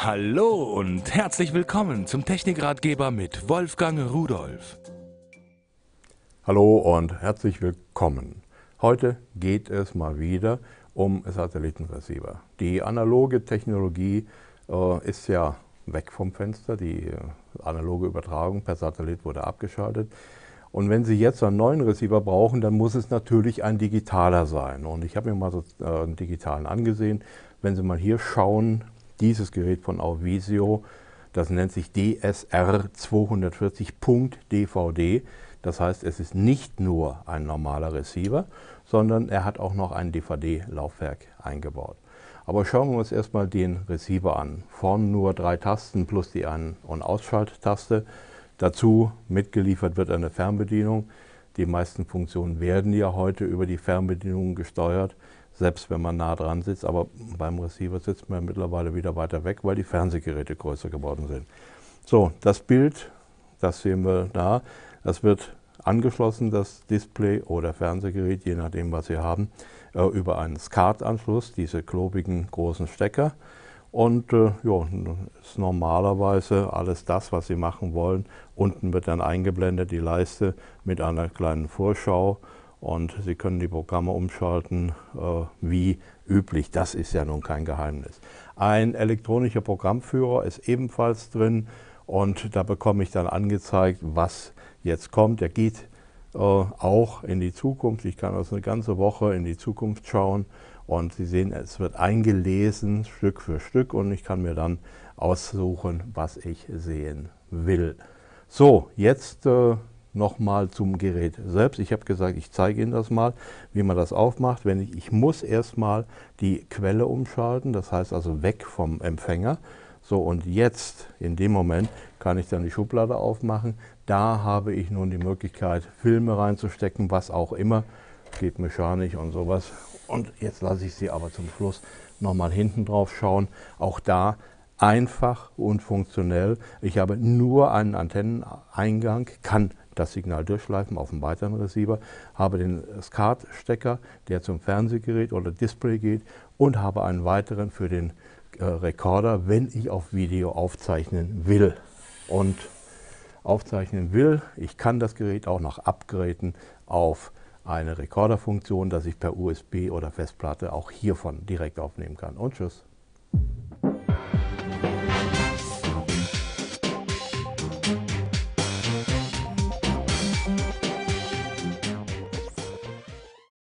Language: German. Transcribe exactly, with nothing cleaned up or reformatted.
Hallo und herzlich willkommen zum Technikratgeber mit Wolfgang Rudolph. Hallo und herzlich willkommen. Heute geht es mal wieder um Satellitenreceiver. Die analoge Technologie äh, ist ja weg vom Fenster. Die äh, analoge Übertragung per Satellit wurde abgeschaltet. Und wenn Sie jetzt einen neuen Receiver brauchen, dann muss es natürlich ein digitaler sein. Und ich habe mir mal so äh, einen digitalen angesehen. Wenn Sie mal hier schauen, dieses Gerät von Auvisio, das nennt sich D S R zweihundertvierzig Punkt D V D. Das heißt, es ist nicht nur ein normaler Receiver, sondern er hat auch noch ein D V D-Laufwerk eingebaut. Aber schauen wir uns erstmal den Receiver an. Vorne nur drei Tasten plus die Ein- und Ausschalttaste. Dazu mitgeliefert wird eine Fernbedienung. Die meisten Funktionen werden ja heute über die Fernbedienung gesteuert, selbst wenn man nah dran sitzt. Aber beim Receiver sitzt man mittlerweile wieder weiter weg, weil die Fernsehgeräte größer geworden sind. So, das Bild, das sehen wir da. Das wird angeschlossen, das Display oder Fernsehgerät, je nachdem, was Sie haben, über einen SCART-Anschluss, diese klobigen großen Stecker. Und äh, ja, ist normalerweise alles das, was Sie machen wollen. Unten wird dann eingeblendet die Leiste mit einer kleinen Vorschau und Sie können die Programme umschalten äh, wie üblich. Das ist ja nun kein Geheimnis. Ein elektronischer Programmführer ist ebenfalls drin und da bekomme ich dann angezeigt, was jetzt kommt. Der geht äh, auch in die Zukunft. Ich kann also eine ganze Woche in die Zukunft schauen. Und Sie sehen, es wird eingelesen Stück für Stück und ich kann mir dann aussuchen, was ich sehen will. So, jetzt äh, nochmal zum Gerät selbst. Ich habe gesagt, ich zeige Ihnen das mal, wie man das aufmacht. Wenn ich, ich muss erstmal die Quelle umschalten, das heißt also weg vom Empfänger. So, und jetzt, in dem Moment, kann ich dann die Schublade aufmachen. Da habe ich nun die Möglichkeit, Filme reinzustecken, was auch immer. Geht mechanisch und sowas. Und jetzt lasse ich Sie aber zum Schluss nochmal hinten drauf schauen. Auch da einfach und funktionell. Ich habe nur einen Antenneneingang, kann das Signal durchschleifen auf einen weiteren Receiver, habe den SCART-Stecker, der zum Fernsehgerät oder Display geht und habe einen weiteren für den äh, Rekorder, wenn ich auf Video aufzeichnen will. Und aufzeichnen will, ich kann das Gerät auch noch upgraden auf eine Rekorderfunktion, dass ich per U S B oder Festplatte auch hiervon direkt aufnehmen kann. Und tschüss.